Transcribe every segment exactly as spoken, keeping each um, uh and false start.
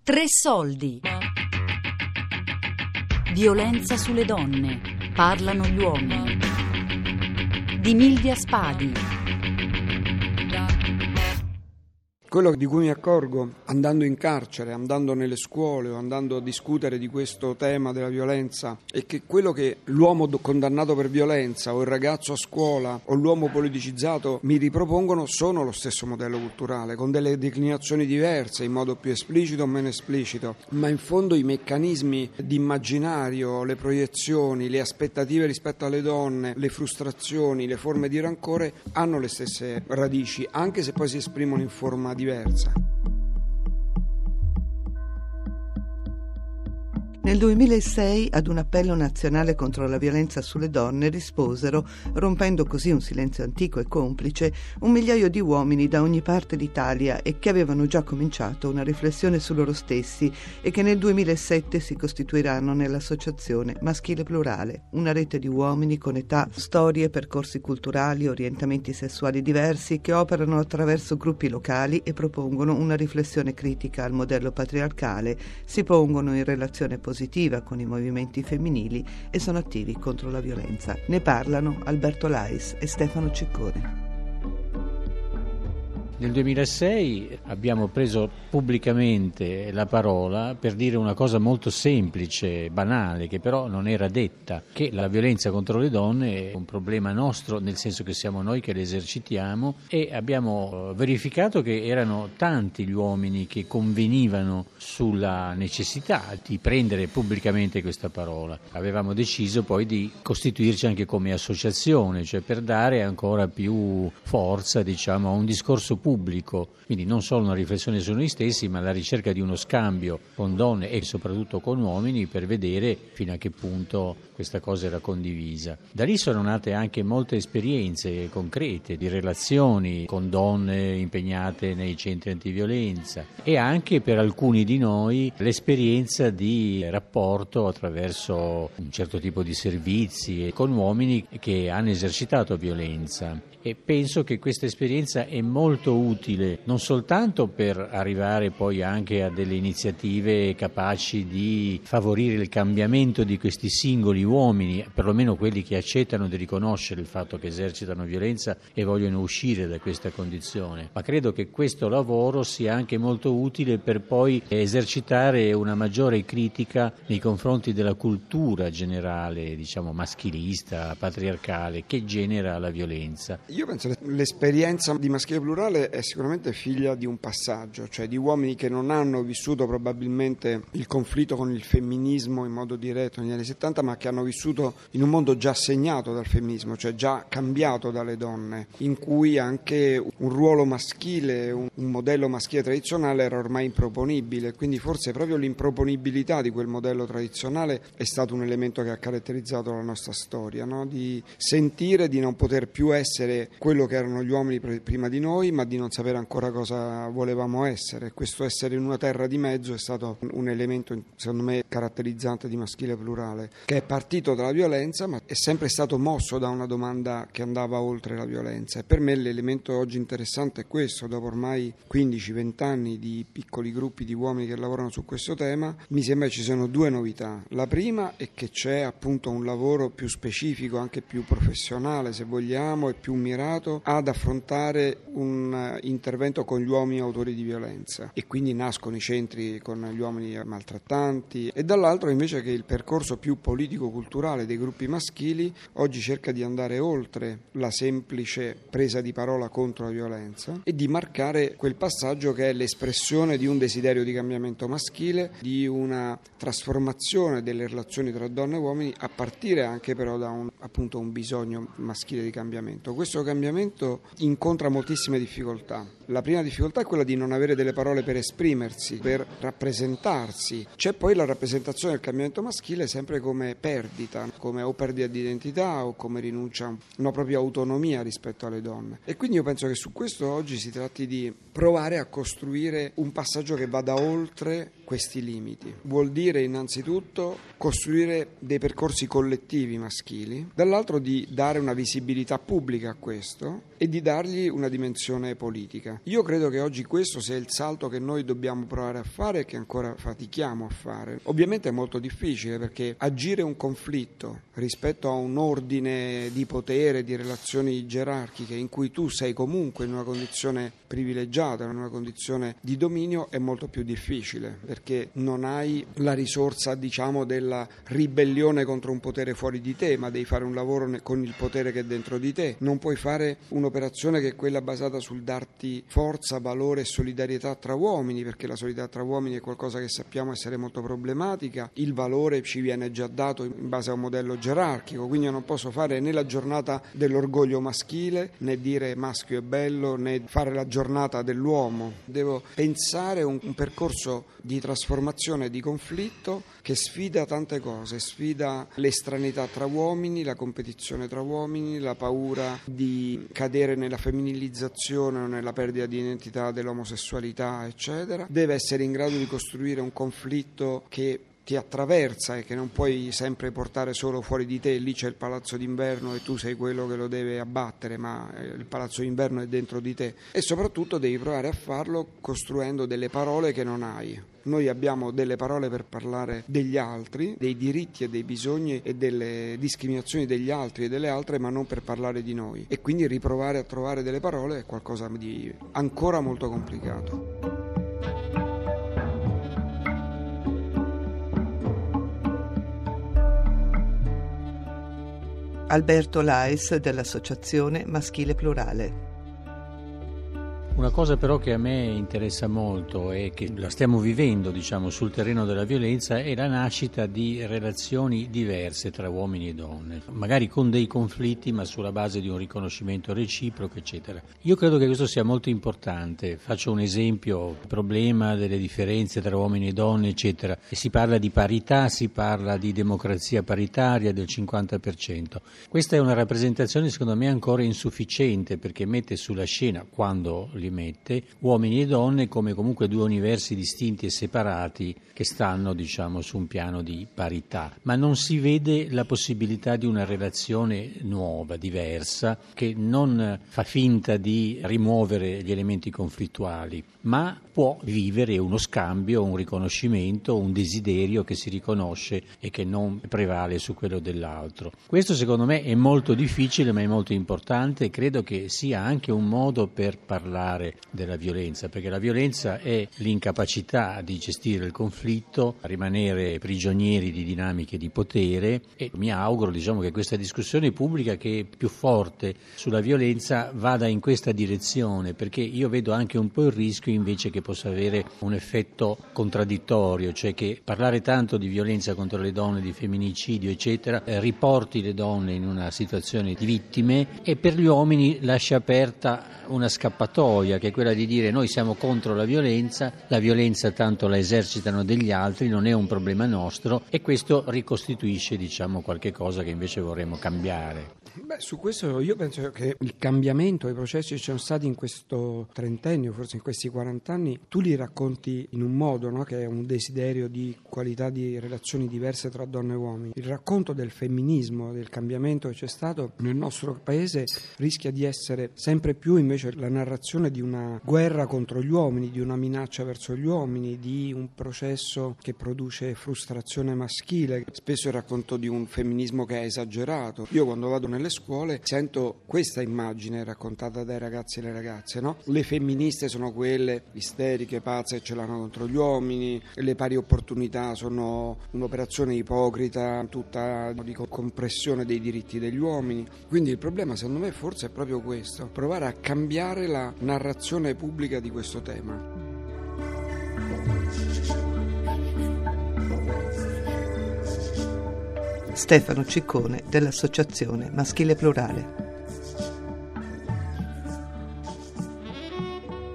Tre soldi. Violenza sulle donne. Parlano gli uomini. Di Milvia Spadi. Quello di cui mi accorgo andando in carcere, andando nelle scuole o andando a discutere di questo tema della violenza è che quello che l'uomo condannato per violenza o il ragazzo a scuola o l'uomo politicizzato mi ripropongono sono lo stesso modello culturale, con delle declinazioni diverse, in modo più esplicito o meno esplicito, ma in fondo i meccanismi di immaginario, le proiezioni, le aspettative rispetto alle donne, le frustrazioni, le forme di rancore hanno le stesse radici, anche se poi si esprimono in forma diversa. Nel duemilasei ad un appello nazionale contro la violenza sulle donne risposero, rompendo così un silenzio antico e complice, un migliaio di uomini da ogni parte d'Italia e che avevano già cominciato una riflessione su loro stessi e che nel duemilasette si costituiranno nell'Associazione Maschile Plurale, una rete di uomini con età, storie, percorsi culturali, orientamenti sessuali diversi che operano attraverso gruppi locali e propongono una riflessione critica al modello patriarcale, si pongono in relazione positiva positiva con i movimenti femminili e sono attivi contro la violenza. Ne parlano Alberto Lais e Stefano Ciccone. Nel duemilasei abbiamo preso pubblicamente la parola per dire una cosa molto semplice, banale, che però non era detta, che la violenza contro le donne è un problema nostro, nel senso che siamo noi che le esercitiamo, e abbiamo verificato che erano tanti gli uomini che convenivano sulla necessità di prendere pubblicamente questa parola. Avevamo deciso poi di costituirci anche come associazione, cioè per dare ancora più forza, diciamo, a un discorso pubblico, quindi non solo una riflessione su noi stessi, ma la ricerca di uno scambio con donne e soprattutto con uomini per vedere fino a che punto questa cosa era condivisa. Da lì sono nate anche molte esperienze concrete di relazioni con donne impegnate nei centri antiviolenza e anche per alcuni di noi l'esperienza di rapporto attraverso un certo tipo di servizi con uomini che hanno esercitato violenza. E penso che questa esperienza è molto utile non soltanto per arrivare poi anche a delle iniziative capaci di favorire il cambiamento di questi singoli uomini, perlomeno quelli che accettano di riconoscere il fatto che esercitano violenza e vogliono uscire da questa condizione, ma credo che questo lavoro sia anche molto utile per poi esercitare una maggiore critica nei confronti della cultura generale, diciamo maschilista, patriarcale, che genera la violenza. Io penso che l'esperienza di Maschile Plurale è sicuramente figlia di un passaggio, cioè di uomini che non hanno vissuto probabilmente il conflitto con il femminismo in modo diretto negli anni settanta, ma che hanno vissuto in un mondo già segnato dal femminismo, cioè già cambiato dalle donne, in cui anche un ruolo maschile, un, un modello maschile tradizionale era ormai improponibile, quindi forse proprio l'improponibilità di quel modello tradizionale è stato un elemento che ha caratterizzato la nostra storia, no? Di sentire di non poter più essere quello che erano gli uomini prima di noi, ma di non sapere ancora cosa volevamo essere. Questo essere in una terra di mezzo è stato un elemento, secondo me, caratterizzante di Maschile Plurale, che è partito dalla violenza, ma è sempre stato mosso da una domanda che andava oltre la violenza. E per me l'elemento oggi interessante è questo: dopo ormai quindici venti anni di piccoli gruppi di uomini che lavorano su questo tema, mi sembra che ci siano due novità. La prima è che c'è appunto un lavoro più specifico, anche più professionale, se vogliamo, e più mirato ad affrontare un intervento con gli uomini autori di violenza, e quindi nascono i centri con gli uomini maltrattanti, e dall'altro invece che il percorso più politico-culturale dei gruppi maschili oggi cerca di andare oltre la semplice presa di parola contro la violenza e di marcare quel passaggio che è l'espressione di un desiderio di cambiamento maschile, di una trasformazione delle relazioni tra donne e uomini a partire anche però da un, appunto, un bisogno maschile di cambiamento. Questo cambiamento incontra moltissime difficoltà. La prima difficoltà è quella di non avere delle parole per esprimersi, per rappresentarsi. C'è poi la rappresentazione del cambiamento maschile sempre come perdita, come o perdita di identità o come rinuncia a una propria autonomia rispetto alle donne. E quindi io penso che su questo oggi si tratti di provare a costruire un passaggio che vada oltre questi limiti. Vuol dire innanzitutto costruire dei percorsi collettivi maschili, dall'altro di dare una visibilità pubblica a questo e di dargli una dimensione politica. politica. Io credo che oggi questo sia il salto che noi dobbiamo provare a fare e che ancora fatichiamo a fare. Ovviamente è molto difficile, perché agire un conflitto rispetto a un ordine di potere, di relazioni gerarchiche in cui tu sei comunque in una condizione privilegiata, in una condizione di dominio, è molto più difficile, perché non hai la risorsa, diciamo, della ribellione contro un potere fuori di te, ma devi fare un lavoro con il potere che è dentro di te. Non puoi fare un'operazione che è quella basata sul darti forza, valore e solidarietà tra uomini, perché la solidarietà tra uomini è qualcosa che sappiamo essere molto problematica. Il valore ci viene già dato in base a un modello gerarchico, quindi io non posso fare né la giornata dell'orgoglio maschile, né dire maschio è bello, né fare la giornata dell'uomo. Devo pensare un, un percorso di trasformazione, di conflitto che sfida tante cose, sfida l'estraneità tra uomini, la competizione tra uomini, la paura di cadere nella femminilizzazione o nella perdita di identità dell'omosessualità, eccetera. Deve essere in grado di costruire un conflitto che ti attraversa e che non puoi sempre portare solo fuori di te. Lì c'è il palazzo d'inverno e tu sei quello che lo deve abbattere, ma il palazzo d'inverno è dentro di te, e soprattutto devi provare a farlo costruendo delle parole che non hai. Noi abbiamo delle parole per parlare degli altri, dei diritti e dei bisogni e delle discriminazioni degli altri e delle altre, ma non per parlare di noi, e quindi riprovare a trovare delle parole è qualcosa di ancora molto complicato. Alberto Lais dell'Associazione Maschile Plurale. Una cosa però che a me interessa molto e che la stiamo vivendo, diciamo, sul terreno della violenza è la nascita di relazioni diverse tra uomini e donne, magari con dei conflitti ma sulla base di un riconoscimento reciproco, eccetera. Io credo che questo sia molto importante. Faccio un esempio: il problema delle differenze tra uomini e donne, eccetera. E si parla di parità, si parla di democrazia paritaria del cinquanta per cento. Questa è una rappresentazione secondo me ancora insufficiente, perché mette sulla scena, quando li mette, uomini e donne come comunque due universi distinti e separati che stanno, diciamo, su un piano di parità, ma non si vede la possibilità di una relazione nuova, diversa, che non fa finta di rimuovere gli elementi conflittuali, ma può vivere uno scambio, un riconoscimento, un desiderio che si riconosce e che non prevale su quello dell'altro. Questo secondo me è molto difficile, ma è molto importante, e credo che sia anche un modo per parlare della violenza, perché la violenza è l'incapacità di gestire il conflitto, rimanere prigionieri di dinamiche di potere, e mi auguro, diciamo, che questa discussione pubblica, che è più forte sulla violenza, vada in questa direzione, perché io vedo anche un po' il rischio invece che possa avere un effetto contraddittorio, cioè che parlare tanto di violenza contro le donne, di femminicidio, eccetera, eh, riporti le donne in una situazione di vittime e per gli uomini lascia aperta una scappatoia, che è quella di dire: noi siamo contro la violenza, la violenza tanto la esercitano degli altri, non è un problema nostro, e questo ricostituisce, diciamo, qualche cosa che invece vorremmo cambiare. Beh, su questo io penso che il cambiamento, i processi che ci sono stati in questo trentennio, forse in questi quarant'anni, tu li racconti in un modo, no? Che è un desiderio di qualità di relazioni diverse tra donne e uomini. Il racconto del femminismo, del cambiamento che c'è stato nel nostro paese, rischia di essere sempre più invece la narrazione di una guerra contro gli uomini, di una minaccia verso gli uomini, di un processo che produce frustrazione maschile. Spesso il racconto di un femminismo che è esagerato. Io quando vado nelle scuole sento questa immagine raccontata dai ragazzi e le ragazze, no? Le femministe sono quelle isteriche, pazze, che ce l'hanno contro gli uomini, le pari opportunità sono un'operazione ipocrita, tutta di compressione dei diritti degli uomini. Quindi il problema, secondo me, forse è proprio questo: provare a cambiare la narrazione pubblica di questo tema. Stefano Ciccone dell'Associazione Maschile Plurale.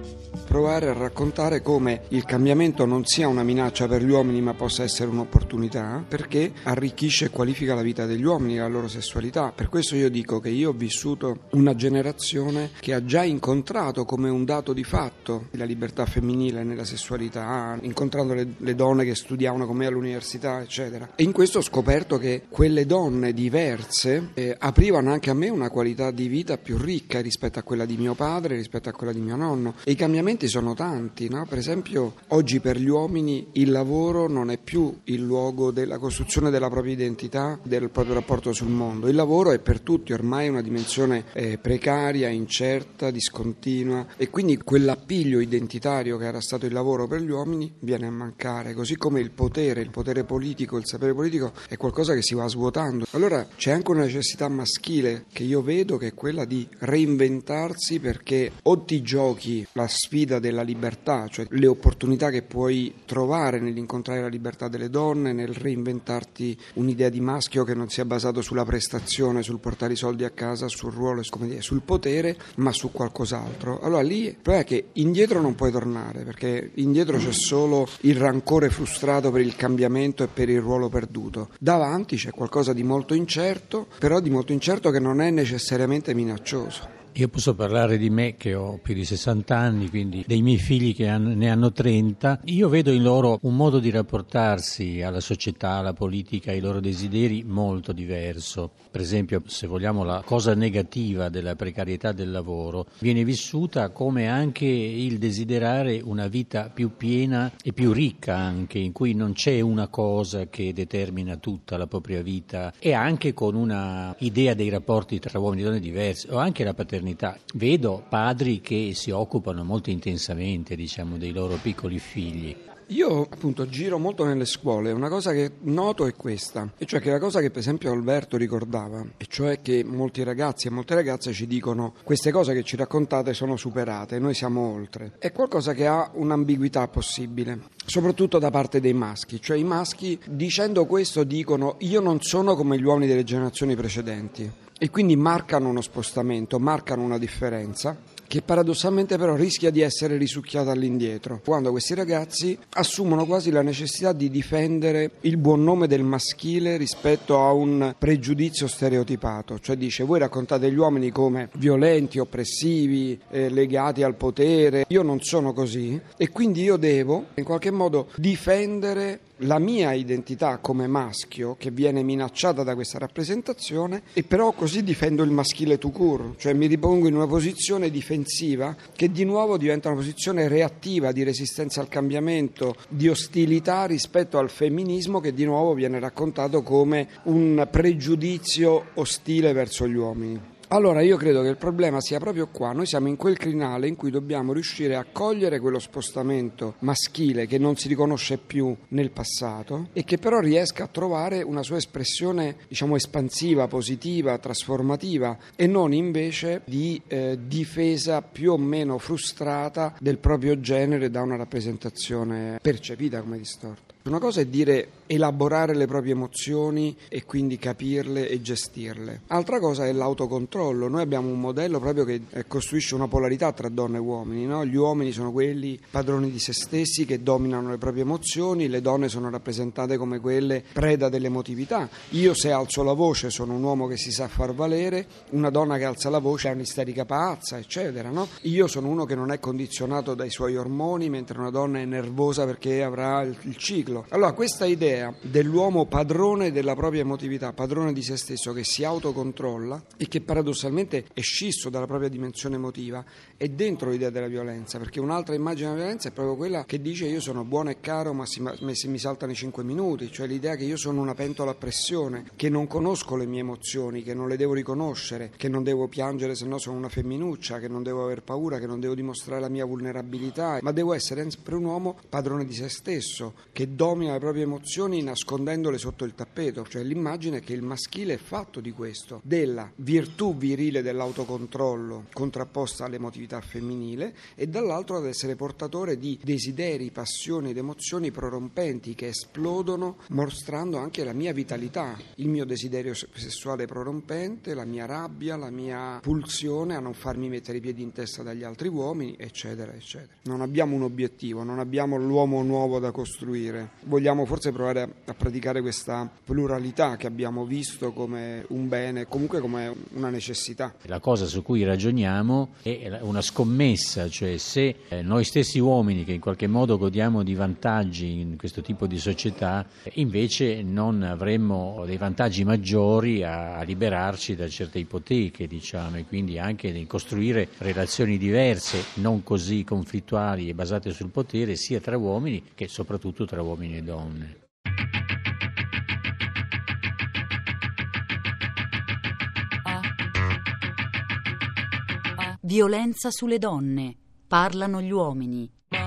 provare a raccontare come il cambiamento non sia una minaccia per gli uomini ma possa essere un'opportunità, perché arricchisce e qualifica la vita degli uomini, la loro sessualità. Per questo io dico che io ho vissuto una generazione che ha già incontrato come un dato di fatto la libertà femminile nella sessualità, incontrando le, le donne che studiavano con me all'università, eccetera. E in questo ho scoperto che quelle donne diverse eh, aprivano anche a me una qualità di vita più ricca rispetto a quella di mio padre, rispetto a quella di mio nonno. E i cambiamenti sono tanti, no? Per esempio, oggi per gli uomini il lavoro non è più il luogo della costruzione della propria identità, del proprio rapporto sul mondo. Il lavoro è per tutti ormai una dimensione eh, precaria, incerta, discontinua, e quindi quell'appiglio identitario che era stato il lavoro per gli uomini viene a mancare, così come il potere, il potere politico, il sapere politico è qualcosa che si va svuotando. Allora c'è anche una necessità maschile che io vedo, che è quella di reinventarsi, perché o ti giochi la sfida della libertà, cioè le opportunità che puoi trovare nell'incontrare la libertà delle donne, nel reinventarti un'idea di maschio che non sia basato sulla prestazione, sul portare i soldi a casa, sul ruolo, come dire, sul potere, ma su qualcos'altro. Allora lì il problema è che indietro non puoi tornare, perché indietro c'è solo il rancore frustrato per il cambiamento e per il ruolo perduto. Davanti c'è qualcosa di molto incerto, però di molto incerto che non è necessariamente minaccioso. Io posso parlare di me che ho più di sessanta anni, quindi dei miei figli che hanno, ne hanno trenta. Io vedo in loro un modo di rapportarsi alla società, alla politica, ai loro desideri molto diverso. Per esempio, se vogliamo, la cosa negativa della precarietà del lavoro viene vissuta come anche il desiderare una vita più piena e più ricca, anche in cui non c'è una cosa che determina tutta la propria vita, e anche con una idea dei rapporti tra uomini e donne diversi, o anche la paternità. Vedo padri che si occupano molto intensamente, diciamo, dei loro piccoli figli. Io appunto giro molto nelle scuole, una cosa che noto è questa, e cioè che la cosa che per esempio Alberto ricordava, e cioè che molti ragazzi e molte ragazze ci dicono: queste cose che ci raccontate sono superate, noi siamo oltre. È qualcosa che ha un'ambiguità possibile, soprattutto da parte dei maschi, cioè i maschi dicendo questo dicono: io non sono come gli uomini delle generazioni precedenti, e quindi marcano uno spostamento, marcano una differenza che paradossalmente però rischia di essere risucchiata all'indietro, quando questi ragazzi assumono quasi la necessità di difendere il buon nome del maschile rispetto a un pregiudizio stereotipato, cioè dice: voi raccontate gli uomini come violenti, oppressivi, eh, legati al potere, io non sono così, e quindi io devo in qualche modo difendere la mia identità come maschio, che viene minacciata da questa rappresentazione, e però così difendo il maschile tout court, cioè mi ripongo in una posizione difensiva che di nuovo diventa una posizione reattiva, di resistenza al cambiamento, di ostilità rispetto al femminismo, che di nuovo viene raccontato come un pregiudizio ostile verso gli uomini. Allora io credo che il problema sia proprio qua, noi siamo in quel crinale in cui dobbiamo riuscire a cogliere quello spostamento maschile che non si riconosce più nel passato e che però riesca a trovare una sua espressione, diciamo, espansiva, positiva, trasformativa, e non invece di eh, difesa più o meno frustrata del proprio genere da una rappresentazione percepita come distorta. Una cosa è dire elaborare le proprie emozioni e quindi capirle e gestirle. Altra cosa è l'autocontrollo. Noi abbiamo un modello proprio che costruisce una polarità tra donne e uomini, no? Gli uomini sono quelli padroni di se stessi che dominano le proprie emozioni, le donne sono rappresentate come quelle preda dell'emotività. Io, se alzo la voce, sono un uomo che si sa far valere, una donna che alza la voce è un'isterica pazza, eccetera, no? Io sono uno che non è condizionato dai suoi ormoni, mentre una donna è nervosa perché avrà il, il ciclo. Allora questa idea dell'uomo padrone della propria emotività, padrone di se stesso, che si autocontrolla e che paradossalmente è scisso dalla propria dimensione emotiva, è dentro l'idea della violenza, perché un'altra immagine della violenza è proprio quella che dice: io sono buono e caro ma si, ma se mi saltano i cinque minuti, cioè l'idea che io sono una pentola a pressione, che non conosco le mie emozioni, che non le devo riconoscere, che non devo piangere se no sono una femminuccia, che non devo aver paura, che non devo dimostrare la mia vulnerabilità, ma devo essere sempre un uomo padrone di se stesso, che domina le proprie emozioni nascondendole sotto il tappeto, cioè l'immagine che il maschile è fatto di questo, della virtù virile dell'autocontrollo contrapposta all'emotività femminile, e dall'altro ad essere portatore di desideri, passioni ed emozioni prorompenti che esplodono mostrando anche la mia vitalità, il mio desiderio sessuale prorompente, la mia rabbia, la mia pulsione a non farmi mettere i piedi in testa dagli altri uomini, eccetera, eccetera. Non abbiamo un obiettivo, non abbiamo l'uomo nuovo da costruire. Vogliamo forse provare a, a praticare questa pluralità che abbiamo visto come un bene, comunque come una necessità. La cosa su cui ragioniamo è una scommessa, cioè se noi stessi uomini, che in qualche modo godiamo di vantaggi in questo tipo di società, invece non avremmo dei vantaggi maggiori a, a liberarci da certe ipoteche, diciamo, e quindi anche nel costruire relazioni diverse, non così conflittuali e basate sul potere, sia tra uomini che soprattutto tra uomini e donne. Violenza sulle donne. Parlano gli uomini.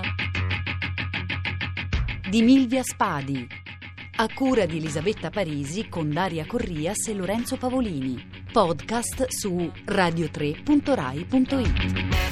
Di Milvia Spadi. A cura di Elisabetta Parisi con Daria Corrias e Lorenzo Pavolini. Podcast su radio tre punto rai punto it.